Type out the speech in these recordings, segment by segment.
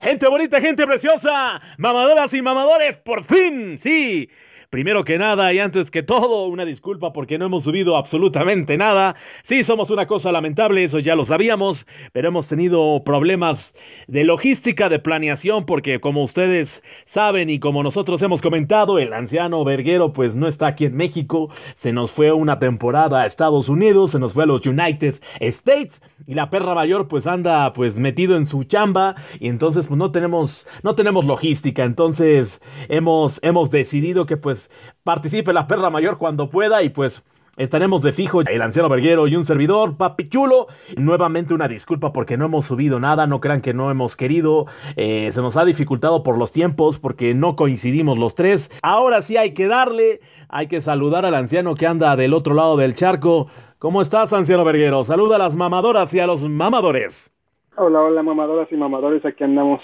Gente bonita, gente preciosa, mamadoras y mamadores, por fin, sí. Primero que nada y antes que todo, una disculpa porque no hemos subido absolutamente nada. Sí, somos una cosa lamentable, eso ya lo sabíamos, pero hemos tenido problemas de logística, de planeación, porque como ustedes saben y como nosotros hemos comentado, el anciano Verguero pues no está aquí en México, se nos fue una temporada a Estados Unidos, se nos fue a los United States y la perra mayor pues anda pues metido en su chamba y entonces pues no tenemos logística, entonces hemos decidido que pues participe la perra mayor cuando pueda y pues estaremos de fijo el anciano Verguero y un servidor, papi chulo. Nuevamente una disculpa porque no hemos subido nada, no crean que no hemos querido, se nos ha dificultado por los tiempos porque no coincidimos los tres. Ahora sí hay que darle, hay que saludar al anciano que anda del otro lado del charco. ¿Cómo estás, anciano Verguero? Saluda a las mamadoras y a los mamadores. Hola, hola, mamadoras y mamadores, aquí andamos.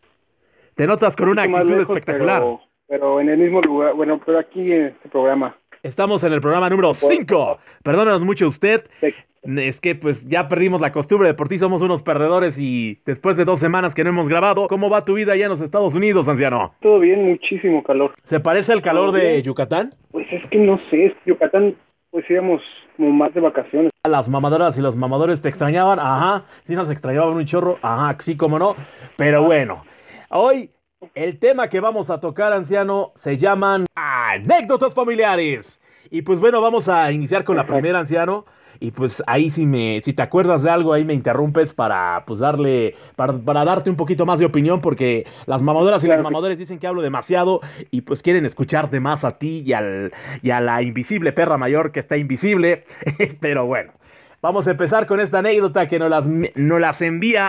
Te notas con Un una poquito más actitud lejos, espectacular. pero en el mismo lugar, bueno, pero aquí en este programa. Estamos en el programa número 5. Perdónenos mucho usted. Es que pues ya perdimos la costumbre, de por sí somos unos perdedores y después de 2 semanas que no hemos grabado, ¿cómo va tu vida allá en los Estados Unidos, anciano? Todo bien, muchísimo calor. ¿Se parece al calor ¿Todo de bien? Yucatán? Pues es que no sé, es que Yucatán, pues íbamos como más de vacaciones. Las mamadoras y los mamadores te extrañaban, ajá, sí nos extrañaban un chorro, ajá, sí como no, pero bueno, hoy el tema que vamos a tocar, anciano, se llaman anécdotas familiares. Y pues bueno, vamos a iniciar con la Ajá. primera, anciano. Y pues ahí si te acuerdas de algo, ahí me interrumpes para pues para darte un poquito más de opinión, porque las mamadoras y los Claro que mamadores dicen que hablo demasiado y pues quieren escucharte más a ti y a la invisible perra mayor que está invisible. Pero bueno, vamos a empezar con esta anécdota que nos las envía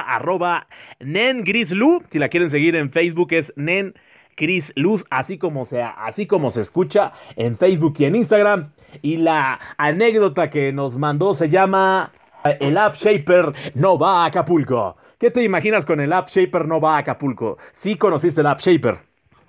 @nengrislu. Si la quieren seguir en Facebook es Nen Cris Luz, así como se escucha en Facebook y en Instagram. Y la anécdota que nos mandó se llama El App Shaper no va a Acapulco. ¿Qué te imaginas con el App Shaper no va a Acapulco? ¿Sí conociste el App Shaper?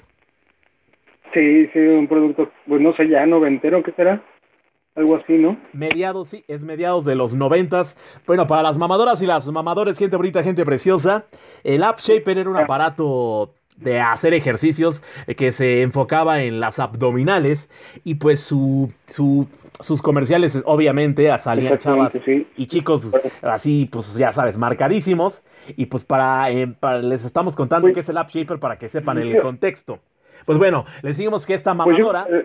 sí, sí, un producto, pues no sé, ya noventero, ¿qué será? Algo así, ¿no? Mediados, sí, es mediados de los 90. Bueno, para las mamadoras y las mamadores, gente bonita, gente preciosa, el App Shaper era un Ah, aparato de hacer ejercicios que se enfocaba en las abdominales y pues sus comerciales obviamente salían exactamente, chavas sí. y chicos así pues ya sabes marcadísimos y pues les estamos contando Pues, qué es el App Shaper para que sepan el yo, contexto. Pues bueno, les decimos que esta pues yo, mamadora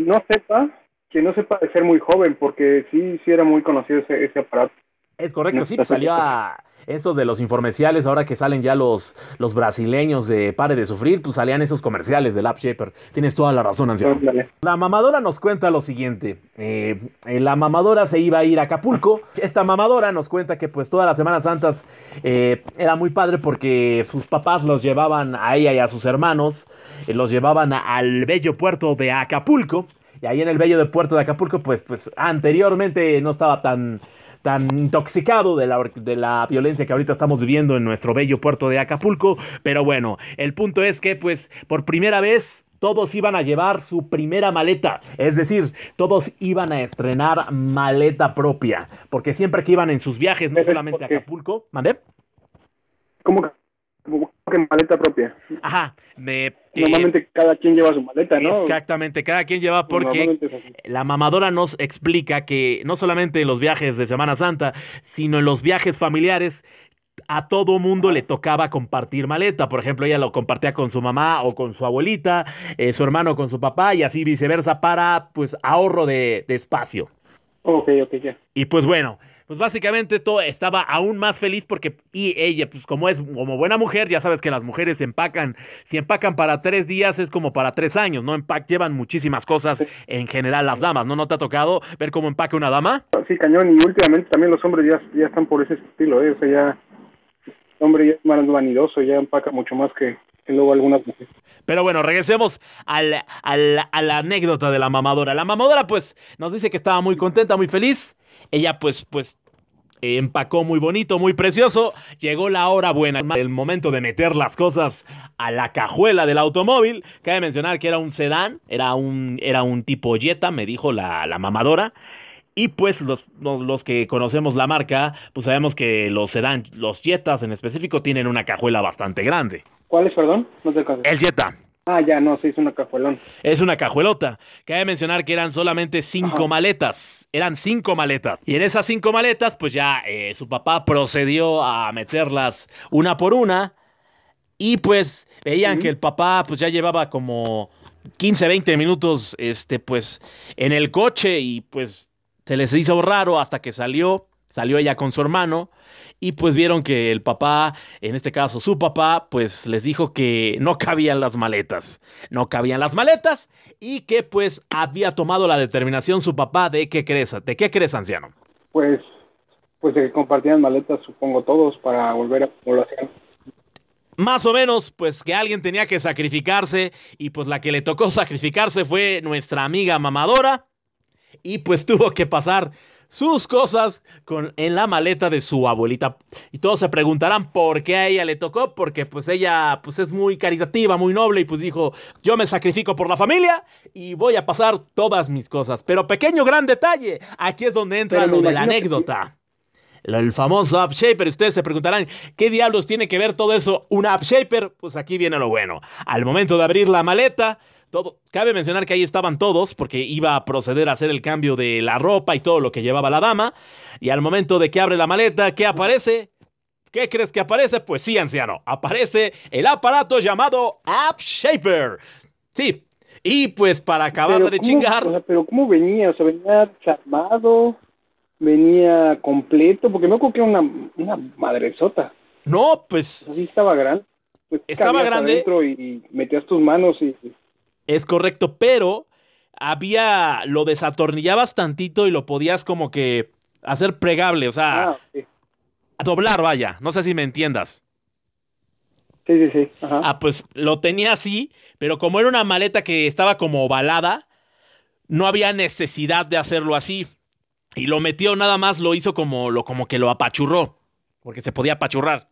que no sepa de ser muy joven, porque sí, sí era muy conocido ese aparato es en correcto, sí, pues estas salió épocas. a estos de los infomerciales, ahora que salen ya los brasileños de Pare de Sufrir, pues salían esos comerciales del App Shaper. Tienes toda la razón, anciano. Ándale. La mamadora nos cuenta lo siguiente. La mamadora se iba a ir a Acapulco. Esta mamadora nos cuenta que pues todas las Semanas Santas era muy padre porque sus papás los llevaban a ella y a sus hermanos, los llevaban al bello puerto de Acapulco. Y ahí en el bello de puerto de Acapulco, pues anteriormente no estaba tan intoxicado de la violencia que ahorita estamos viviendo en nuestro bello puerto de Acapulco. Pero bueno, el punto es que pues por primera vez todos iban a llevar su primera maleta. Es decir, todos iban a estrenar maleta propia. Porque siempre que iban en sus viajes, no solamente a Porque, Acapulco, ¿mandé? ¿cómo que maleta propia? Ajá, Normalmente cada quien lleva su maleta, ¿no? exactamente, cada quien lleva porque Normalmente es así. la mamadora nos explica que no solamente en los viajes de Semana Santa, sino en los viajes familiares, a todo mundo le Ajá. tocaba compartir maleta. Por ejemplo, ella lo compartía con su mamá o con su abuelita, su hermano con su papá y así viceversa para pues ahorro de espacio. Ok, ok, ya. Y pues bueno, pues básicamente todo estaba aún más feliz porque y ella, pues como es como buena mujer, ya sabes que las mujeres empacan, si empacan para 3 días es como para 3 años, ¿no? Llevan muchísimas cosas Sí, en general las damas, ¿no? ¿No te ha tocado ver cómo empaca una dama? sí, cañón. Y últimamente también los hombres ya están por ese estilo, ¿eh? O sea, ya el hombre ya es más vanidoso, ya empaca mucho más que luego algunas mujeres. Pero bueno, regresemos a la anécdota de la mamadora. La mamadora, pues, nos dice que estaba muy contenta, muy feliz. Ella, pues, empacó muy bonito, muy precioso. Llegó la hora buena, el momento de meter las cosas a la cajuela del automóvil. Cabe mencionar que era un sedán, era un tipo Jetta, me dijo la mamadora. Y pues los que conocemos la marca, pues sabemos que los sedán, los Jettas en específico, tienen una cajuela bastante grande. ¿Cuál es, perdón? No te alcanzo. El Jetta. Ah, ya, no, sí, es una cajuelón. Es una cajuelota. Cabe mencionar que eran solamente 5 Ajá. maletas. Eran 5 maletas. Y en esas 5 maletas, pues ya su papá procedió a meterlas una por una. Y pues veían que Ujú. el papá pues ya llevaba como 15, 20 minutos pues en el coche y pues se les hizo raro hasta que salió ella con su hermano y pues vieron que el papá, en este caso su papá, pues les dijo que no cabían las maletas. No cabían las maletas y que pues había tomado la determinación su papá ¿de qué crees, anciano? Pues, pues de que compartían maletas, supongo todos, para volver a como lo hacían. Más o menos, pues que alguien tenía que sacrificarse y pues la que le tocó sacrificarse fue nuestra amiga mamadora y pues tuvo que pasar sus cosas en la maleta de su abuelita. Y todos se preguntarán por qué a ella le tocó, porque pues ella pues es muy caritativa, muy noble y pues dijo, yo me sacrifico por la familia y voy a pasar todas mis cosas. Pero pequeño gran detalle, aquí es donde entra Pero me lo de la imagino que sí. anécdota. El famoso App Shaper. Ustedes se preguntarán, ¿qué diablos tiene que ver todo eso un App Shaper? Pues aquí viene lo bueno. Al momento de abrir la maleta, cabe mencionar que ahí estaban todos, porque iba a proceder a hacer el cambio de la ropa y todo lo que llevaba la dama. Y al momento de que abre la maleta, ¿qué aparece? ¿Qué crees que aparece? Pues sí, anciano, aparece el aparato llamado App Shaper. Sí, y pues para acabarla Pero de cómo, chingar, o sea, pero cómo venía, o sea, venía desarmado, venía completo, porque me acuerdo que era una madresota. no, pues Así estaba grande. Pues estaba cabías grande. adentro y metías tus manos y Es correcto, pero lo desatornillabas tantito y lo podías como que hacer plegable, o sea, ok. doblar, vaya, no sé si me entiendas. Sí, sí, sí, ajá. Ah, pues lo tenía así, pero como era una maleta que estaba como ovalada, no había necesidad de hacerlo así. Y lo metió nada más, lo hizo como que lo apachurró, porque se podía apachurrar.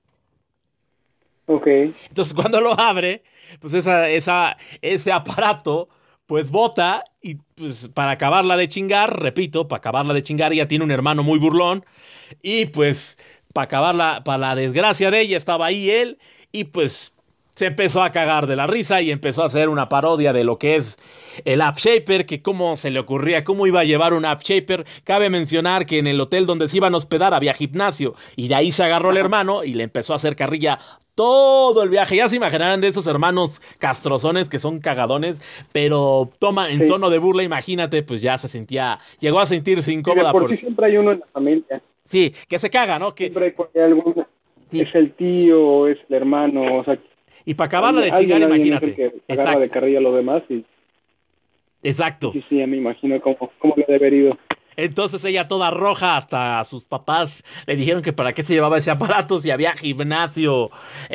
Ok. Entonces cuando lo abre, pues ese aparato, pues bota y pues para acabarla de chingar, repito, para acabarla de chingar, ella tiene un hermano muy burlón y pues para la desgracia de ella estaba ahí él y pues se empezó a cagar de la risa y empezó a hacer una parodia de lo que es el App Shaper, que cómo se le ocurría, cómo iba a llevar un App Shaper. Cabe mencionar que en el hotel donde se iban a hospedar había gimnasio y de ahí se agarró el Ajá. hermano y le empezó a hacer carrilla todo el viaje. Ya se imaginarán de esos hermanos castrozones que son cagadones, pero toma en Sí. tono de burla, imagínate, pues ya se sentía, llegó a sentirse Sí, de incómoda por por, sí siempre hay uno en la familia. sí, que se caga, ¿no? Siempre hay por ahí alguno. Sí, Es el tío, es el hermano, o sea, y para acabarla de chingar, alguien es el imagínate. que agarra Exacto, de carrilla a los demás y exacto. sí, sí, ya me imagino cómo le debe haber ido. Entonces ella toda roja, hasta sus papás le dijeron que para qué se llevaba ese aparato si había gimnasio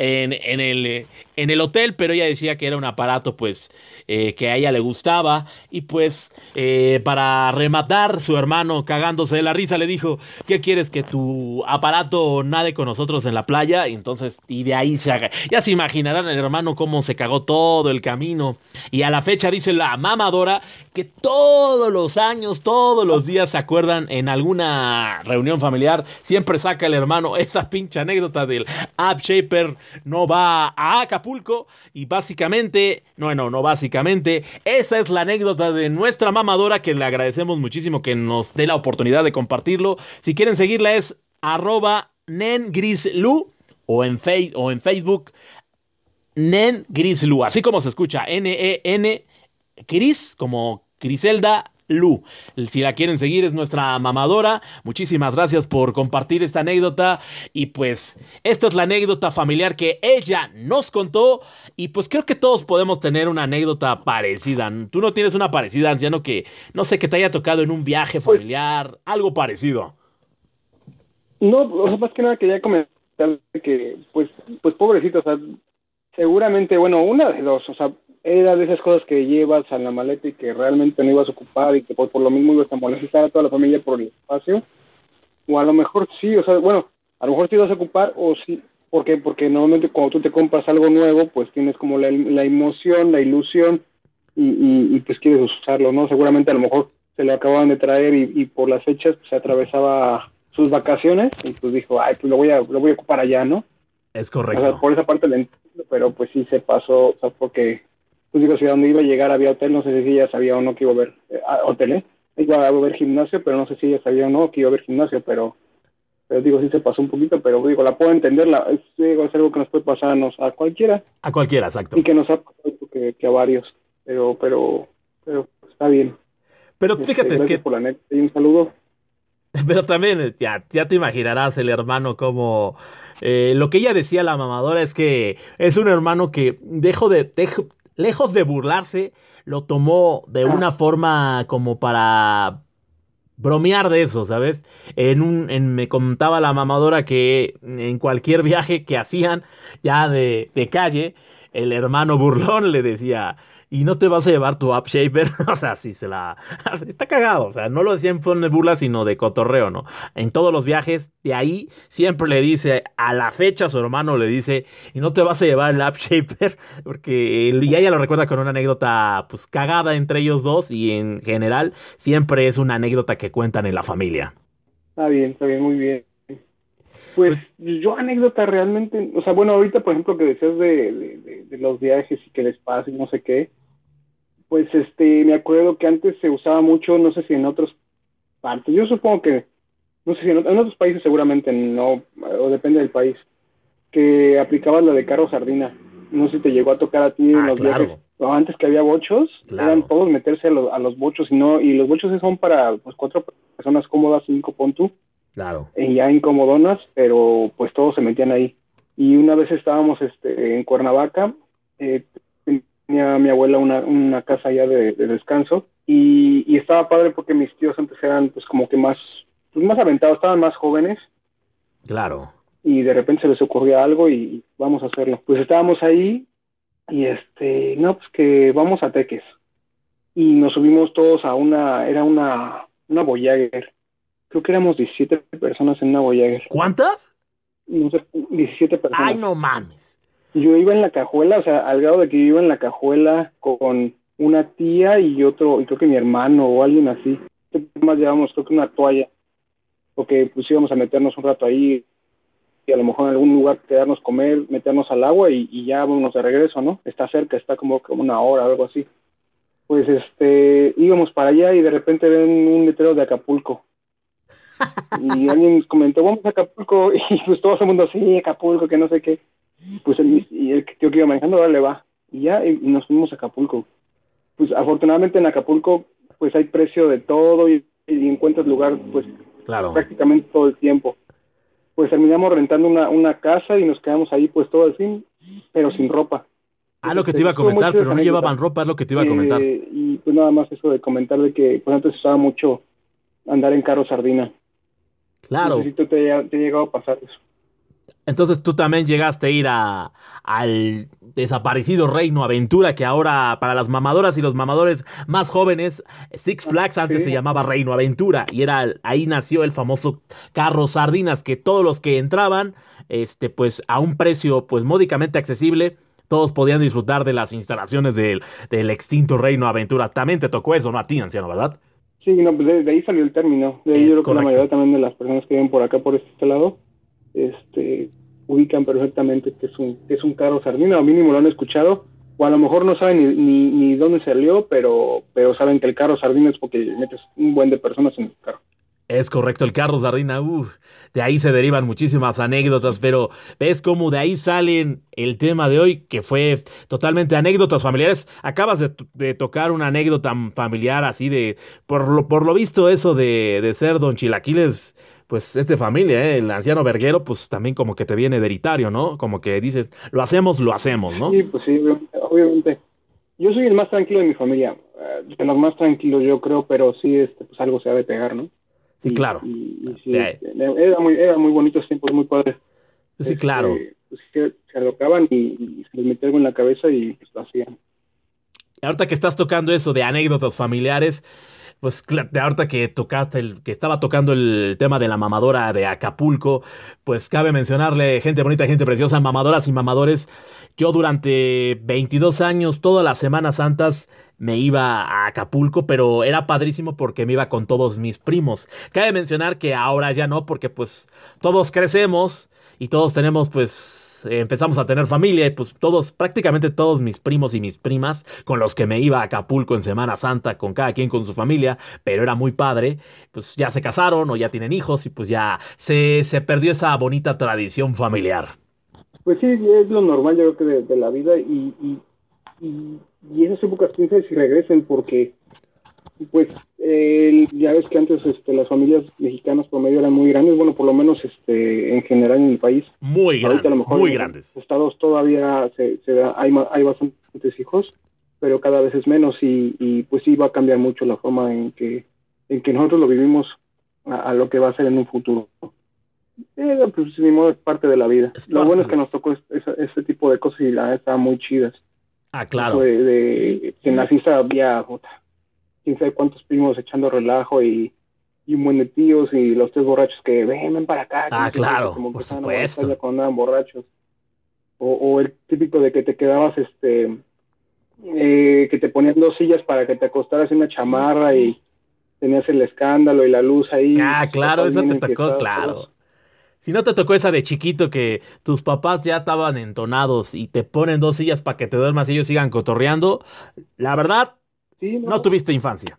en el hotel, pero ella decía que era un aparato pues que a ella le gustaba y pues para rematar su hermano cagándose de la risa le dijo, ¿qué quieres que tu aparato nade con nosotros en la playa? Y entonces y de ahí ya se imaginarán el hermano cómo se cagó todo el camino y a la fecha dice la mamadora que todos los años, todos los días se acuerdan en alguna reunión familiar, siempre saca el hermano esa pinche anécdota del App Shaper no va a Acapulco y básicamente, no básicamente, esa es la anécdota de nuestra mamadora que le agradecemos muchísimo que nos dé la oportunidad de compartirlo. Si quieren seguirla es @nengrislu o en Facebook Nengrislu, así como se escucha, Nen Cris, como Griselda Lu. Si la quieren seguir, es nuestra mamadora. Muchísimas gracias por compartir esta anécdota. Y pues, esta es la anécdota familiar que ella nos contó. Y pues creo que todos podemos tener una anécdota parecida. Tú no tienes una parecida, anciano, que no sé, que te haya tocado en un viaje Pues, familiar, algo parecido. no, o sea, más que nada quería comentar que, pues pobrecito, o sea, seguramente, bueno, una de dos, o sea, era de esas cosas que llevas a la maleta y que realmente no ibas a ocupar y que por lo mismo ibas a molestar a toda la familia por el espacio, o a lo mejor sí, o sea, bueno, a lo mejor sí vas a ocupar o sí, porque normalmente cuando tú te compras algo nuevo, pues tienes como la emoción, la ilusión y pues quieres usarlo, ¿no? Seguramente a lo mejor se lo acababan de traer y por las fechas pues, se atravesaba sus vacaciones y pues dijo, ay, pues lo voy a ocupar allá, ¿no? Es O sea, correcto. por esa parte le entiendo, pero pues sí se pasó, o sea, porque, pues digo, si a donde iba a llegar había hotel, no sé si ella sabía o no que iba a haber hotel, ¿eh? Iba a haber gimnasio, pero no sé si ella sabía o no que iba a haber gimnasio, pero digo, sí se pasó un poquito, pero digo, la puedo entender, digo, es algo que nos puede pasarnos a cualquiera A cualquiera, y exacto. que nos ha pasado que a varios, pero está bien. Pero fíjate, es Gracias que por la neta y un saludo. pero también ya te imaginarás el hermano como lo que ella decía la mamadora es que es un hermano que lejos de burlarse, lo tomó de Ah, una forma como para bromear de eso, ¿sabes? Me contaba la mamadora que en cualquier viaje que hacían ya de calle, el hermano burlón le decía, ¿y no te vas a llevar tu app shaper? O sea, sí se la... Está cagado, o sea, no lo decía en forma de burla, sino de cotorreo, ¿no? En todos los viajes, de ahí siempre le dice, a la fecha su hermano le dice, ¿y no te vas a llevar el app shaper? Porque y ella lo recuerda con una anécdota, pues, cagada entre ellos dos y en general siempre es una anécdota que cuentan en la familia. está bien, muy bien. Pues Pues, yo anécdota realmente, o sea, bueno, ahorita por ejemplo que decías de los viajes y que les pasa y no sé qué, pues me acuerdo que antes se usaba mucho, no sé si en otras partes, yo supongo que, no sé si en otros países seguramente no, o depende del país, que aplicabas la de carro sardina. No sé si te llegó a tocar a ti en los viajes, claro, o antes que había bochos, eran claro, todos meterse a los bochos, y los bochos son para pues cuatro personas cómodas, cinco pon tú, claro. ya incomodonas, pero pues todos se metían ahí. Y una vez estábamos en Cuernavaca, eh, tenía mi abuela una casa allá de descanso y estaba padre porque mis tíos antes eran pues como que más, pues, más aventados, estaban más jóvenes Claro. y de repente se les ocurría algo y vamos a hacerlo. Pues estábamos ahí y no, pues que vamos a Teques y nos subimos todos era una Voyager. Creo que éramos 17 personas en una Voyager. ¿Cuántas? No sé, 17 Ay, personas. no mames. Yo iba en la cajuela, o sea, al grado de que yo iba en la cajuela con una tía y otro, y creo que mi hermano o alguien así. Más llevamos, creo que una toalla, porque pues íbamos a meternos un rato ahí y a lo mejor en algún lugar quedarnos comer, meternos al agua y ya vámonos de regreso, ¿no? Está cerca, está como una hora, algo así. Pues íbamos para allá y de repente ven un letrero de Acapulco. Y alguien comentó, vamos a Acapulco, y pues todo el mundo, sí, Acapulco, que no sé qué. Pues y el tío que iba manejando, ahora le va. Y ya, y nos fuimos a Acapulco. Pues afortunadamente en Acapulco, pues hay precio de todo y encuentras lugar, pues Claro. prácticamente todo el tiempo. Pues terminamos rentando una casa y nos quedamos ahí pues todo el fin, pero sin ropa. Ah, lo que te iba a Estuvo muy comentar, chida pero esa no anécdota. llevaban ropa, es lo que te iba a comentar. Y pues nada más eso de comentar de que pues antes se usaba mucho andar en carro sardina. No sé Claro. si te ha llegado a pasar eso. Entonces tú también llegaste a ir al desaparecido Reino Aventura, que ahora para las mamadoras y los mamadores más jóvenes, Six Ah, Flags antes se sí, llamaba Reino Aventura y ahí nació el famoso carro sardinas que todos los que entraban, pues a un precio pues módicamente accesible, todos podían disfrutar de las instalaciones del extinto Reino Aventura. También te tocó eso, ¿no? A ti, anciano, ¿verdad? sí, no, pues de ahí salió el término. De ahí yo Es creo que la correcto. mayoría también de las personas que viven por acá, por este lado, este, ubican perfectamente que es un carro sardina, o mínimo lo han escuchado, o a lo mejor no saben ni dónde salió, pero saben que el carro sardina es porque metes un buen de personas en el carro. Es correcto, el carro Sardina, de ahí se derivan muchísimas anécdotas, pero ves cómo de ahí salen el tema de hoy, que fue totalmente anécdotas familiares. Acabas de tocar una anécdota familiar así por lo visto eso de ser Don Chilaquiles, pues es de familia, ¿eh? El anciano verguero, pues también como que te viene hereditario, ¿no? Como que dices, lo hacemos, ¿no? Sí, pues sí, obviamente. Yo soy el más tranquilo de mi familia, de los más tranquilos yo creo, pero sí, pues algo se ha de pegar, ¿no? Sí, claro. Y De sí, ahí. era muy bonitos tiempos, muy padres. Sí, claro. Pues que se alocaban y se les metía algo en la cabeza y pues lo hacían. Ahorita que estás tocando eso de anécdotas familiares, pues de ahorita que tocaste que estaba tocando el tema de la mamadora de Acapulco, pues cabe mencionarle, gente bonita, gente preciosa, mamadoras y mamadores. Yo durante 22 años, todas las Semanas Santas, me iba a Acapulco, pero era padrísimo porque me iba con todos mis primos. Cabe mencionar que ahora ya no, porque pues todos crecemos y todos tenemos pues pues empezamos a tener familia y pues prácticamente todos mis primos y mis primas con los que me iba a Acapulco en Semana Santa, con cada quien con su familia, pero era muy padre, pues ya se casaron o ya tienen hijos y pues ya se perdió esa bonita tradición familiar. Pues sí, es lo normal, yo creo que de la vida, y esas épocas, quién sabe si regresen, porque pues ya ves que antes las familias mexicanas promedio eran muy grandes, bueno, por lo menos en general en el país. Muy Ahorita grandes, a lo mejor muy en grandes. los estados todavía hay bastantes hijos, pero cada vez es menos, y pues sí va a cambiar mucho la forma en que nosotros lo vivimos a lo que va a ser en un futuro. Pues ni modo, es parte de la vida. Lo bueno es que nos tocó este tipo de cosas y la neta estaban muy chidas. Ah, claro. Que en la fiesta había quién sabe cuántos primos echando relajo y un buen de tíos y los tres borrachos que ven para acá. Ah, claro, como por que estaban supuesto. ya cuando andaban borrachos. O el típico de que te quedabas, que te ponían 2 sillas para que te acostaras en una chamarra y tenías el escándalo y la luz ahí. Ah, claro, esa te tocó, enfiestados claro. todos. Si no te tocó esa de chiquito que tus papás ya estaban entonados y te ponen 2 sillas para que te duermas y ellos sigan cotorreando, la verdad, Sí, no tuviste infancia.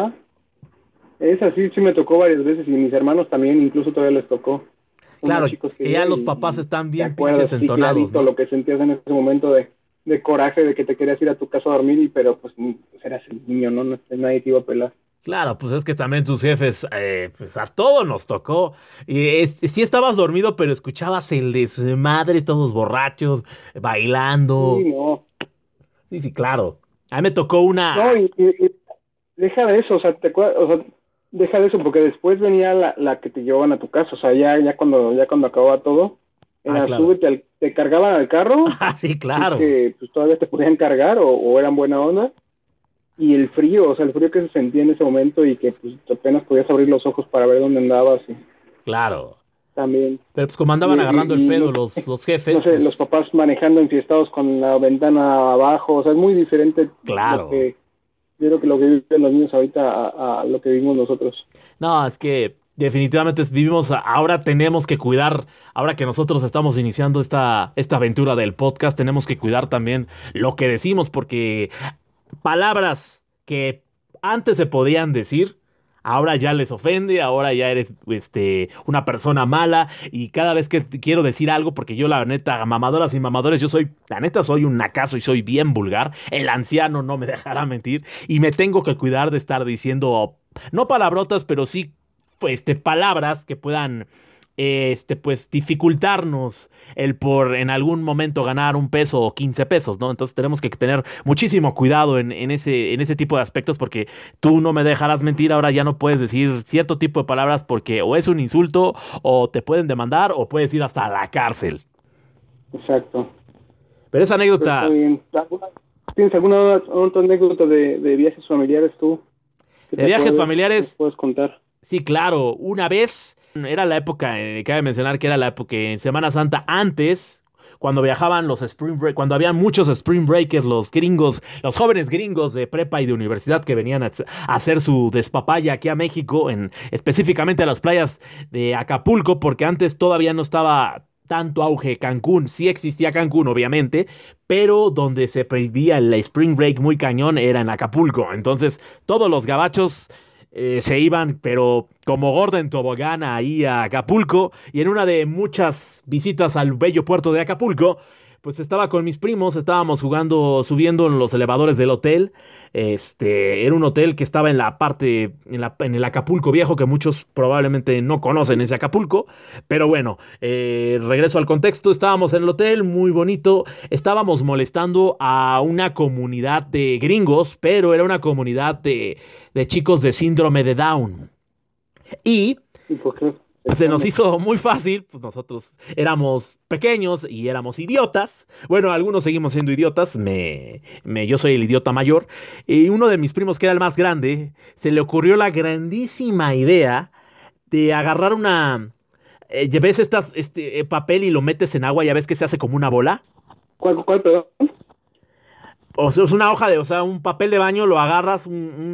Esa sí me tocó varias veces y mis hermanos también, incluso todavía les tocó. Son Claro, más chicos que ya los y papás están te bien acuerdas, pinches sí, entonados, clarito, ¿no? lo que sentías en ese momento de coraje, de que te querías ir a tu casa a dormir, pero pues eras el niño, ¿no? Nadie te iba a pelar. Claro, pues es que también tus jefes, pues a todos nos tocó. Y sí estabas dormido, pero escuchabas el desmadre, todos borrachos, bailando. Sí, no. Sí, sí, claro. A mí me tocó No, una... y deja de eso, o sea, deja de eso, porque después venía la que te llevaban a tu casa, o sea, ya cuando acababa todo, Ah, era claro. te cargaban al carro, Ah, sí, es claro. que pues todavía te podían cargar o eran buena onda. Y el frío, o sea, el frío que se sentía en ese momento y que pues apenas podías abrir los ojos para ver dónde andabas y Claro. también. Pero pues como Y, andaban agarrando el y pedo no, los jefes, no sé, los pues papás manejando enfiestados con la ventana abajo, o sea, es muy diferente claro. yo creo que lo que viven los niños ahorita a lo que vivimos nosotros. No, es que definitivamente vivimos, ahora tenemos que cuidar, ahora que nosotros estamos iniciando esta aventura del podcast, tenemos que cuidar también lo que decimos, porque palabras que antes se podían decir, ahora ya les ofende, ahora ya eres una persona mala y cada vez que quiero decir algo, porque yo la neta, mamadoras y mamadores, la neta soy un nacazo y soy bien vulgar, el anciano no me dejará mentir y me tengo que cuidar de estar diciendo, no palabrotas, pero sí palabras que puedan pues dificultarnos el por en algún momento ganar 1 peso o 15 pesos, ¿no? Entonces tenemos que tener muchísimo cuidado en ese tipo de aspectos porque tú no me dejarás mentir, ahora ya no puedes decir cierto tipo de palabras porque o es un insulto o te pueden demandar o puedes ir hasta la cárcel. Exacto. Pero esa Pero está anécdota bien. ¿Tienes alguna otra anécdota de viajes familiares tú? Que de te viajes acuerdes, nos familiares, puedes contar. sí, claro, una vez era la época, cabe mencionar que era la época en Semana Santa antes, cuando viajaban los Spring Break, cuando había muchos Spring Breakers, los gringos, los jóvenes gringos de prepa y de universidad que venían a hacer su despapaya aquí a México, específicamente a las playas de Acapulco, porque antes todavía no estaba tanto auge Cancún, sí existía Cancún, obviamente, pero donde se vivía el Spring Break muy cañón era en Acapulco. Entonces, todos los gabachos se iban, pero como gorda en tobogán ahí a Acapulco, y en una de muchas visitas al bello puerto de Acapulco, pues estaba con mis primos, estábamos subiendo en los elevadores del hotel. Era un hotel que estaba en la parte, en el Acapulco Viejo, que muchos probablemente no conocen ese Acapulco, pero bueno, regreso al contexto, estábamos en el hotel, muy bonito, estábamos molestando a una comunidad de gringos, pero era una comunidad de chicos de síndrome de Down. Y ¿Y por qué? pues se nos hizo muy fácil, pues nosotros éramos pequeños y éramos idiotas. Bueno, algunos seguimos siendo idiotas, yo soy el idiota mayor. Y uno de mis primos, que era el más grande, se le ocurrió la grandísima idea de agarrar ¿ves este papel y lo metes en agua y ya ves que se hace como una bola? ¿Cuál, perdón? O sea, es una hoja o sea, un papel de baño, lo agarras,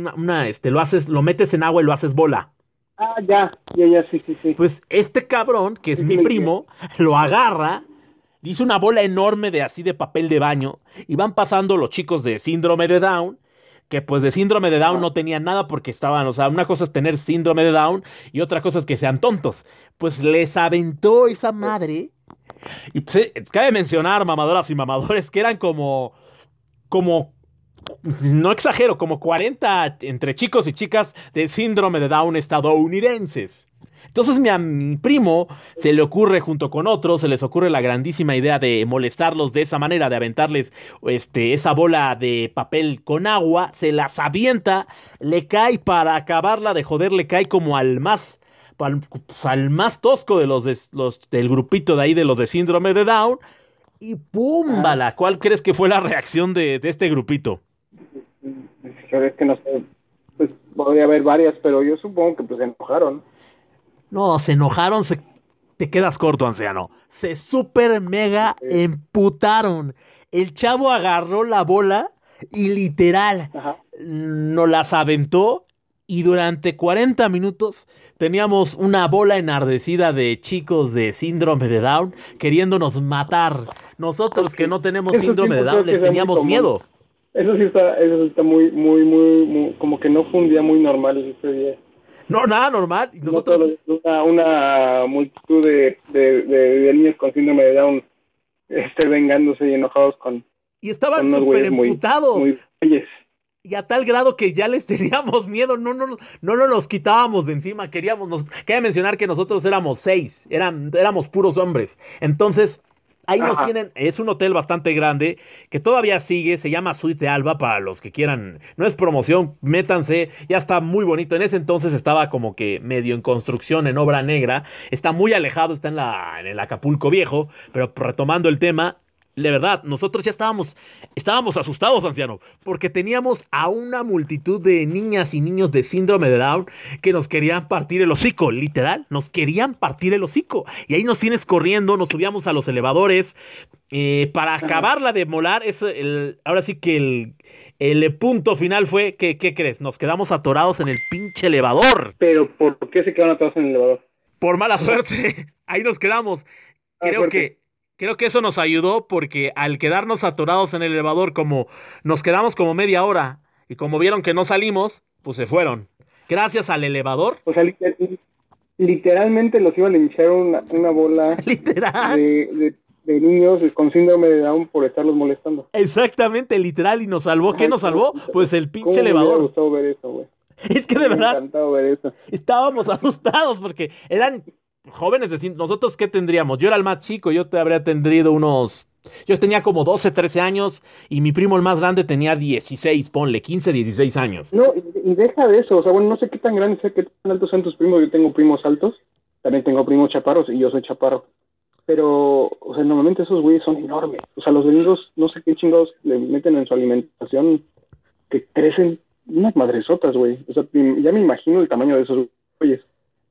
lo metes en agua y lo haces bola. Ah, ya, sí. Pues este cabrón, que es mi primo, lo agarra, hizo una bola enorme de así de papel de baño y van pasando los chicos de síndrome de Down, que pues de síndrome de Down Ajá. no tenían nada porque estaban, o sea, una cosa es tener síndrome de Down y otra cosa es que sean tontos. Pues les aventó esa madre y pues, cabe mencionar, mamadoras y mamadores, que eran como, no exagero, como 40 entre chicos y chicas de síndrome de Down estadounidenses. Entonces a mi primo se le ocurre junto con otros, se les ocurre la grandísima idea de molestarlos de esa manera, de aventarles esa bola de papel con agua, se las avienta, le cae para acabarla de joder, le cae como al más tosco de los del grupito de ahí de los de síndrome de Down y Ajá. ¡púmbala! ¿Cuál crees que fue la reacción de este grupito? Es que no sé, pues podría haber varias, pero yo supongo que pues se enojaron. No, se enojaron, te quedas corto, anciano. Se super mega Eh, emputaron. El chavo agarró la bola y literal Ajá. nos las aventó y durante 40 minutos teníamos una bola enardecida de chicos de síndrome de Down queriéndonos matar. Nosotros Ok. que no tenemos Eso sí, síndrome de pues Down creo que les sea muy teníamos común. miedo. Eso sí está muy, muy, muy, muy, como que no fue un día muy normal ese día. No, nada normal. Y No nosotros, solo una multitud de niños con síndrome de Down vengándose y enojados y con estaban unos súper güeyes muy, emputados. muy güeyes. Y a tal grado que ya les teníamos miedo, no nos los quitábamos de encima, quería mencionar que nosotros éramos 6, éramos puros hombres. Entonces, ahí nos Ajá. tienen, es un hotel bastante grande, que todavía sigue, se llama Suite de Alba para los que quieran, no es promoción, métanse, ya está muy bonito. En ese entonces estaba como que medio en construcción, en obra negra, está muy alejado, está en el Acapulco Viejo, pero retomando el tema, de verdad, nosotros ya estábamos asustados, anciano, porque teníamos a una multitud de niñas y niños de síndrome de Down que nos querían partir el hocico, literal, nos querían partir el hocico. Y ahí nos tienes corriendo, nos subíamos a los elevadores para Ajá. acabarla de molar. Ahora sí que el punto final fue que, ¿qué crees? Nos quedamos atorados en el pinche elevador. Pero ¿por qué se quedaron atrás en el elevador? Por mala O sea, suerte, ahí nos quedamos. Creo suerte. que, creo que eso nos ayudó porque al quedarnos atorados en el elevador, como nos quedamos como media hora y como vieron que no salimos, pues se fueron. Gracias al elevador, O sea, literalmente los iba a linchar una bola literal, de niños con síndrome de Down por estarlos molestando. exactamente, literal, y nos salvó. ¿Qué Ay, nos salvó? Pues el pinche cómo me hubiera elevador. gustado ver eso, güey. Es que Me de hubiera verdad encantado ver eso. estábamos asustados porque eran jóvenes nosotros qué tendríamos. Yo era el más chico, yo te habría tendrido yo tenía como 12 13 años y mi primo el más grande tenía 16 ponle 15 16 años. No, y deja de eso, o sea, bueno, no sé qué tan grandes, qué tan altos son tus primos, yo tengo primos altos, también tengo primos chaparros y yo soy chaparro, pero, o sea, normalmente esos güeyes son enormes, o sea, los gringos, no sé qué chingados le meten en su alimentación, que crecen unas madresotas, güey, o sea, ya me imagino el tamaño de esos güeyes,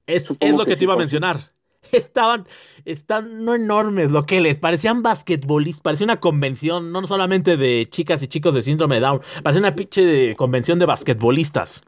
Es supongo lo que que te sí iba a son. mencionar. Estaban, están no enormes, lo que les parecían basquetbolistas, parecía una convención, no solamente de chicas y chicos de síndrome de Down, parecía una pinche convención de basquetbolistas.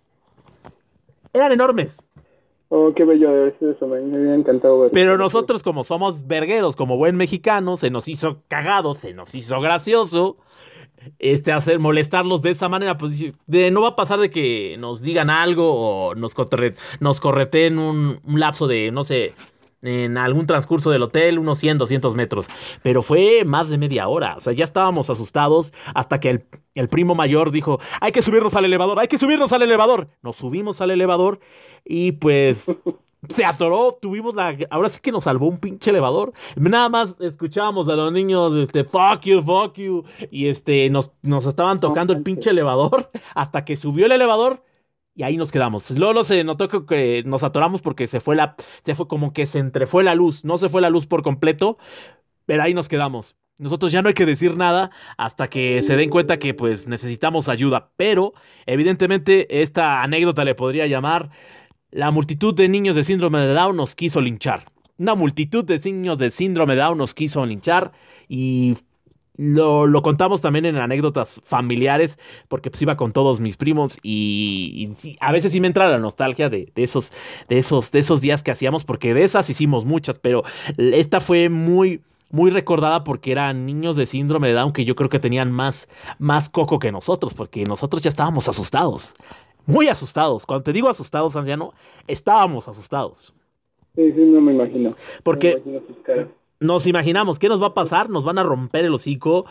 Eran enormes. Oh, qué bello debe ser eso, me hubiera encantado ver Pero eso. nosotros, como somos vergueros, como buen mexicano, se nos hizo cagado, se nos hizo gracioso, hacer molestarlos de esa manera, pues no va a pasar de que nos digan algo o nos correteen un lapso de, no sé, en algún transcurso del hotel, unos 100 200 metros. Pero fue más de media hora, o sea, ya estábamos asustados hasta que el primo mayor dijo, hay que subirnos al elevador, hay que subirnos al elevador. Nos subimos al elevador y pues se atoró, ahora sí que nos salvó un pinche elevador. Nada más escuchábamos a los niños, fuck you, y nos estaban No tocando el manches. pinche elevador hasta que subió el elevador y ahí nos quedamos. Luego se notó que nos atoramos porque se fue como que se entrefue la luz, no se fue la luz por completo, pero ahí nos quedamos. Nosotros ya no hay que decir nada hasta que se den cuenta que pues necesitamos ayuda, pero evidentemente esta anécdota le podría llamar la multitud de niños de síndrome de Down nos quiso linchar. Una multitud de niños de síndrome de Down nos quiso linchar y lo contamos también en anécdotas familiares porque pues iba con todos mis primos y sí, a veces sí me entra la nostalgia de esos días que hacíamos porque de esas hicimos muchas, pero esta fue muy muy recordada porque eran niños de síndrome de Down que yo creo que tenían más coco que nosotros, porque nosotros ya estábamos asustados, muy asustados. Cuando te digo asustados, anciano, estábamos asustados. Sí, sí, no me imagino. No me Porque imagino sus caras. nos imaginamos, ¿qué nos va a pasar? Nos van a romper el hocico.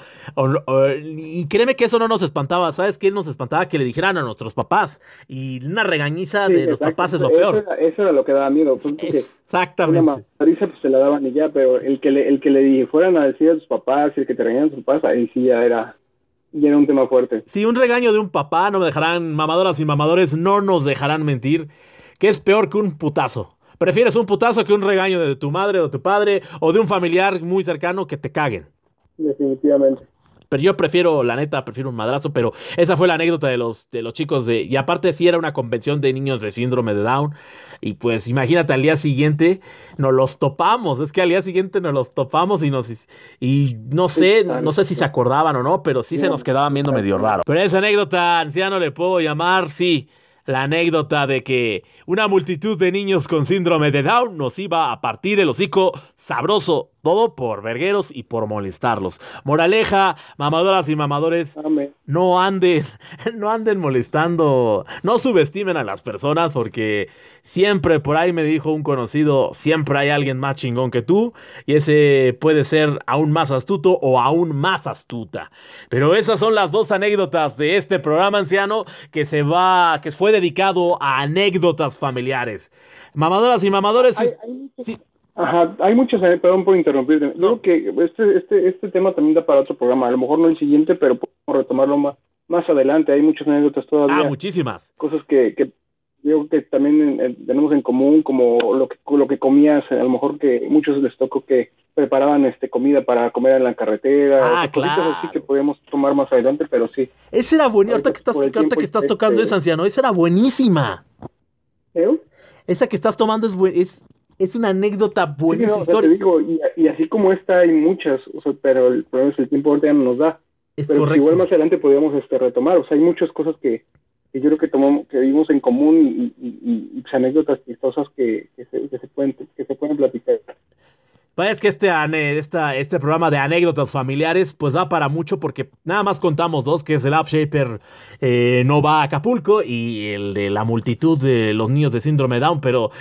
Y créeme que eso no nos espantaba. ¿Sabes qué nos espantaba? Que le dijeran a nuestros papás. Y una regañiza Sí, de los exacto. papás es lo Eso peor. era, eso era lo que daba miedo. Pues, porque una Exactamente. madriza pues se la daban y ya, pero el que le fueran a decir a tus papás y el que te regañaran a tus papás, ahí sí ya era un tema fuerte. Si un regaño de un papá no me dejarán, mamadoras y mamadores, no nos dejarán mentir, que es peor que un putazo. Prefieres un putazo que un regaño de tu madre o tu padre o de un familiar muy cercano que te caguen. Definitivamente. Pero yo prefiero, la neta, prefiero un madrazo, pero esa fue la anécdota de los chicos de... Y aparte sí era una convención de niños de síndrome de Down. Y pues imagínate, al día siguiente nos los topamos. Es que al día siguiente nos los topamos y no sé si se Exacto. acordaban o no, pero sí se nos No, quedaban viendo medio exacto. raro. Pero esa anécdota, anciano, le puedo llamar, sí, la anécdota de que una multitud de niños con síndrome de Down nos iba a partir el hocico sabroso, todo por vergueros y por molestarlos. Moraleja, mamadoras y mamadores, Amén. no anden, no anden molestando, no subestimen a las personas porque siempre por ahí me dijo un conocido, siempre hay alguien más chingón que tú y ese puede ser aún más astuto o aún más astuta. Pero esas son las dos anécdotas de este programa, anciano, que fue dedicado a anécdotas familiares. Mamadoras y mamadores, Hay muchos, sí, ajá, hay muchos, perdón por interrumpirte. no, Yo creo que este tema también da para otro programa. A lo mejor no el siguiente, pero podemos retomarlo más adelante. Hay muchas anécdotas todavía, muchísimas. cosas que yo creo que también tenemos en común, como lo que comías. A lo mejor que muchos les tocó que preparaban comida para comer en la carretera, o Ah, sea, cositas así que claro. podemos tomar más adelante, pero sí, Esa era buena, ahorita por el ahorita tiempo que estás tocando esa, anciano, esa era buenísima. ¿eh? Esa que estás tomando es una anécdota Sí, sí, no, buenísima, o sea, te historia. digo, y así como esta hay muchas, o sea, pero el problema es el tiempo ahorita ya no nos da. Es Pero pues igual más correcto. adelante podríamos retomar, o sea, hay muchas cosas que yo creo que tomamos, que vivimos en común y, pues, anécdotas chistosas que se pueden platicar. Pues es que este programa de anécdotas familiares, pues da para mucho porque nada más contamos dos, que es el App Shaper no va a Acapulco y el de la multitud de los niños de síndrome de Down, pero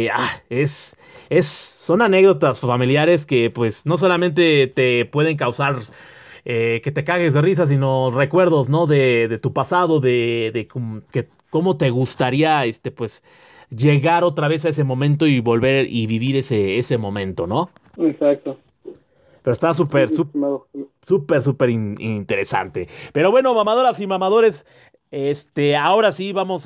son anécdotas familiares que pues no solamente te pueden causar que te cagues de risa, sino recuerdos, ¿no? De tu pasado, cómo te gustaría, pues, llegar otra vez a ese momento y volver y vivir ese momento, ¿no? Exacto. Pero está Sí, súper, mi estimado. súper interesante. Pero bueno, mamadoras y mamadores, ahora sí vamos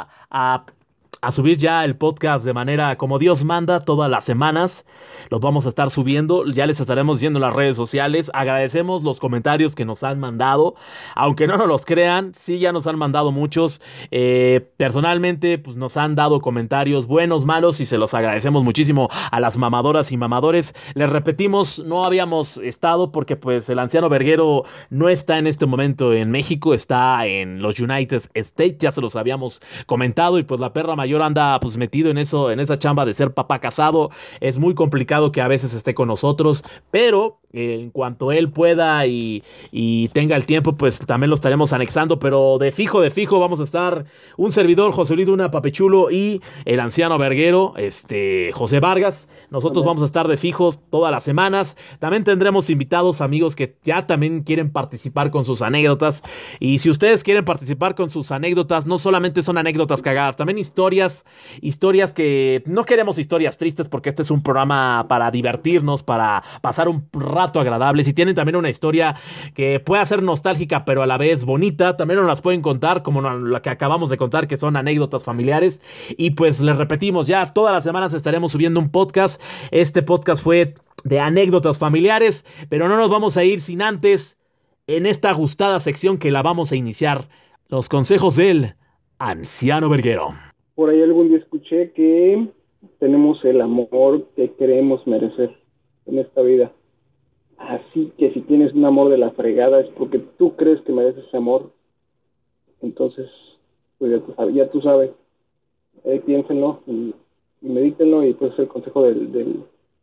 a subir ya el podcast de manera como Dios manda todas las semanas. Los vamos a estar subiendo, ya les estaremos diciendo en las redes sociales. Agradecemos los comentarios que nos han mandado, aunque no nos los crean, sí ya nos han mandado muchos. Personalmente, pues nos han dado comentarios buenos, malos y se los agradecemos muchísimo a las mamadoras y mamadores. Les repetimos, no habíamos estado porque pues el anciano Verguero no está en este momento en México, está en los United States, ya se los habíamos comentado y pues la perra mayor anda pues metido en eso, en esa chamba de ser papá casado. Es muy complicado que a veces esté con nosotros, pero en cuanto él pueda y tenga el tiempo, pues también lo estaremos anexando, pero de fijo vamos a estar un servidor, José Luis Duna Papechulo y el anciano Verguero, José Vargas. Nosotros Amén. vamos a estar de fijos todas las semanas. También tendremos invitados, amigos, que ya también quieren participar con sus anécdotas. Y si ustedes quieren participar con sus anécdotas, no solamente son anécdotas cagadas, también historias que no queremos historias tristes porque este es un programa para divertirnos, para pasar un rato agradable. Si tienen también una historia que pueda ser nostálgica, pero a la vez bonita, también nos las pueden contar, como la que acabamos de contar, que son anécdotas familiares. Y pues les repetimos, ya todas las semanas estaremos subiendo un podcast. Este podcast fue de anécdotas familiares, pero no nos vamos a ir sin antes en esta gustada sección que la vamos a iniciar. Los consejos del anciano Verguero. Por ahí algún día escuché que tenemos el amor que creemos merecer en esta vida. Así que si tienes un amor de la fregada es porque tú crees que mereces ese amor. Entonces, pues ya tú sabes. Piénsenlo y medítenlo y pues es el consejo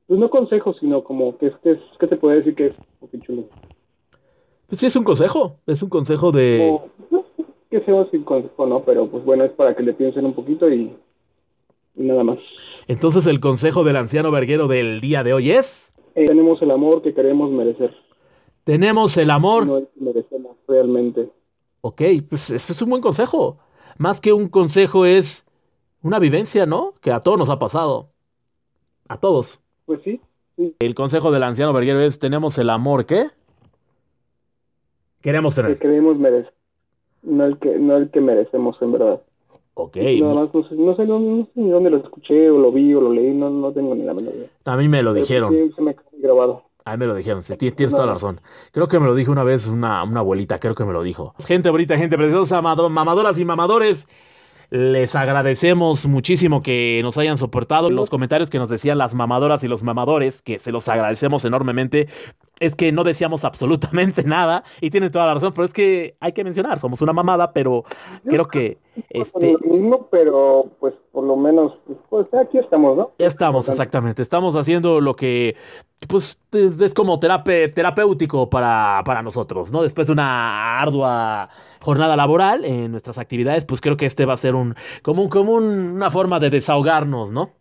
pues no consejos, sino como ¿qué te puede decir que es, Papi Chulo? Pues sí, es un consejo de... Como, no sé que sea sin consejo, ¿no? Pero pues bueno, es para que le piensen un poquito y nada más. Entonces el consejo del anciano verguero del día de hoy es... Tenemos el amor que queremos merecer, Tenemos el amor. no el que merecemos realmente. Ok, pues ese es un buen consejo. Más que un consejo es una vivencia, ¿no? Que a todos nos ha pasado. A todos. Pues sí, sí, El consejo del anciano verguero es, tenemos el amor, ¿qué? Queremos que tener. queremos merecer, no el que merecemos en verdad. Ok, Nada más, no sé ni dónde lo escuché o lo vi o lo leí, no tengo ni la menor idea. a mí me lo Pero dijeron. sí, se me quedó grabado. A mí me lo dijeron, sí, tienes toda la razón. Creo que me lo dijo una vez una abuelita, creo que me lo dijo. Gente bonita, gente preciosa, mamadoras y mamadores, les agradecemos muchísimo que nos hayan soportado. Los comentarios que nos decían las mamadoras y los mamadores, que se los agradecemos enormemente, es que no decíamos absolutamente nada, y tienen toda la razón, pero es que hay que mencionar, somos una mamada, pero creo que Lo mismo, pero pues por lo menos, pues aquí estamos, ¿no? ya estamos, exactamente. Estamos haciendo lo que, pues, es como terapéutico para nosotros, ¿no? Después de una ardua jornada laboral en nuestras actividades, pues creo que este va a ser una forma de desahogarnos, ¿no?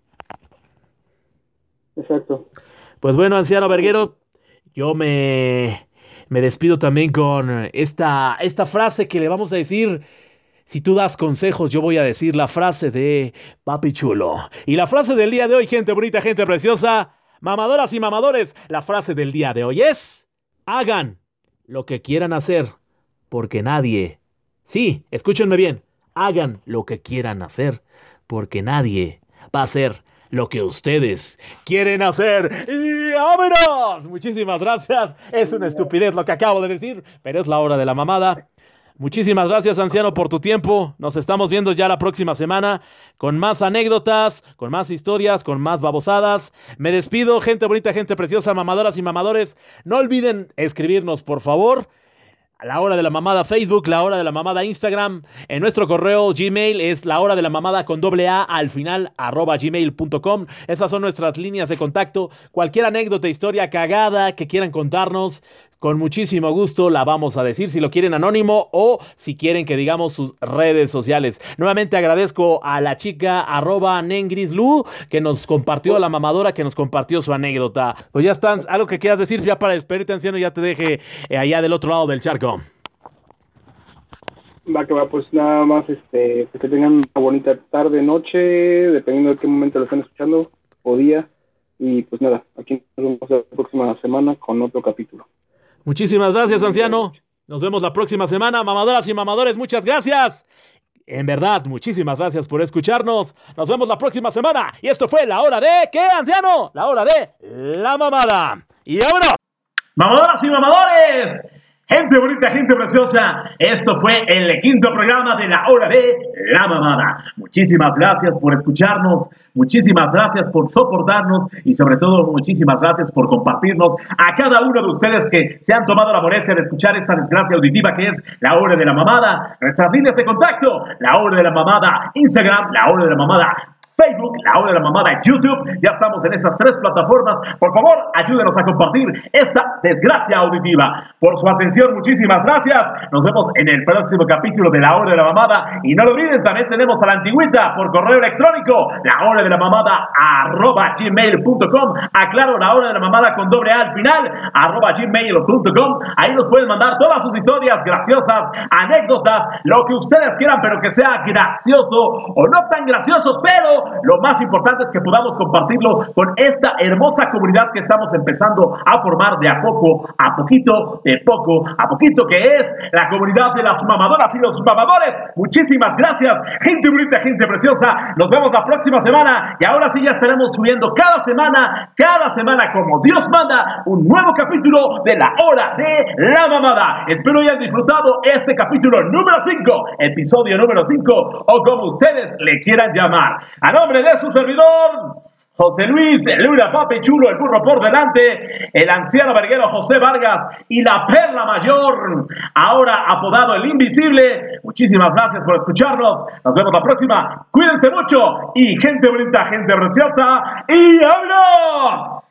Exacto. Pues bueno, anciano verguero, yo me despido también con esta frase que le vamos a decir. Si tú das consejos, yo voy a decir la frase de Papi Chulo. Y la frase del día de hoy, gente bonita, gente preciosa, mamadoras y mamadores, la frase del día de hoy es: hagan lo que quieran hacer, porque nadie, sí, escúchenme bien, hagan lo que quieran hacer, porque nadie va a hacer lo que ustedes quieren hacer. ¡Y vámonos! Muchísimas gracias. Es una estupidez lo que acabo de decir, pero es la hora de la mamada. Muchísimas gracias, anciano, por tu tiempo. Nos estamos viendo ya la próxima semana con más anécdotas, con más historias, con más babosadas. Me despido, gente bonita, gente preciosa, mamadoras y mamadores. No olviden escribirnos, por favor. A La Hora de la Mamada Facebook, La Hora de la Mamada Instagram. En nuestro correo Gmail es La Hora de la Mamada con @, al final, @gmail.com. Esas son nuestras líneas de contacto. Cualquier anécdota, historia cagada que quieran contarnos, con muchísimo gusto la vamos a decir, si lo quieren anónimo o si quieren que digamos sus redes sociales. Nuevamente agradezco a la chica @nengrislu que nos compartió, la mamadora que nos compartió su anécdota. Pues ya están, algo que quieras decir ya para despedirte, anciano, ya te deje allá del otro lado del charco. Va que va, pues nada más, pues que tengan una bonita tarde, noche, dependiendo de qué momento lo estén escuchando, o día. Y pues nada, aquí nos vemos la próxima semana con otro capítulo. Muchísimas gracias, anciano. Nos vemos la próxima semana. Mamadoras y mamadores, muchas gracias. En verdad, muchísimas gracias por escucharnos. Nos vemos la próxima semana. Y esto fue La Hora de... ¿Qué, anciano? La Hora de la Mamada. Y vámonos. Mamadoras y mamadores, gente bonita, gente preciosa, esto fue el 5º programa de La Hora de la Mamada. Muchísimas gracias por escucharnos, muchísimas gracias por soportarnos y sobre todo muchísimas gracias por compartirnos a cada uno de ustedes que se han tomado la molestia de escuchar esta desgracia auditiva que es La Hora de la Mamada. Nuestras líneas de contacto: La Hora de la Mamada Instagram, La Hora de la Mamada Facebook, La Hora de la Mamada, YouTube. Ya estamos en esas 3 plataformas. Por favor, ayúdenos a compartir esta desgracia auditiva. Por su atención, muchísimas gracias. Nos vemos en el próximo capítulo de La Hora de la Mamada. Y no lo olviden, también tenemos a la antigüita por correo electrónico, lahora-de-la-mamada@gmail.com. Aclaro, La Hora de la Mamada con @, al final, @gmail.com. Ahí nos pueden mandar todas sus historias graciosas, anécdotas, lo que ustedes quieran, pero que sea gracioso o no tan gracioso, pero lo más importante es que podamos compartirlo con esta hermosa comunidad que estamos empezando a formar de a poco, a poquito, de poco a poquito, que es la comunidad de las mamadoras y los mamadores. Muchísimas gracias, gente bonita, gente preciosa. Nos vemos la próxima semana y ahora sí ya estaremos subiendo cada semana, como Dios manda, un nuevo capítulo de La Hora de la Mamada. Espero hayan disfrutado este capítulo número 5, episodio número 5, o como ustedes le quieran llamar. A nombre de su servidor, José Luis Luna, Papi Chulo, el burro por delante, el anciano verguero José Vargas y la perla mayor, ahora apodado el Invisible. Muchísimas gracias por escucharnos. Nos vemos la próxima. Cuídense mucho y gente bonita, gente preciosa. ¡Y vámonos!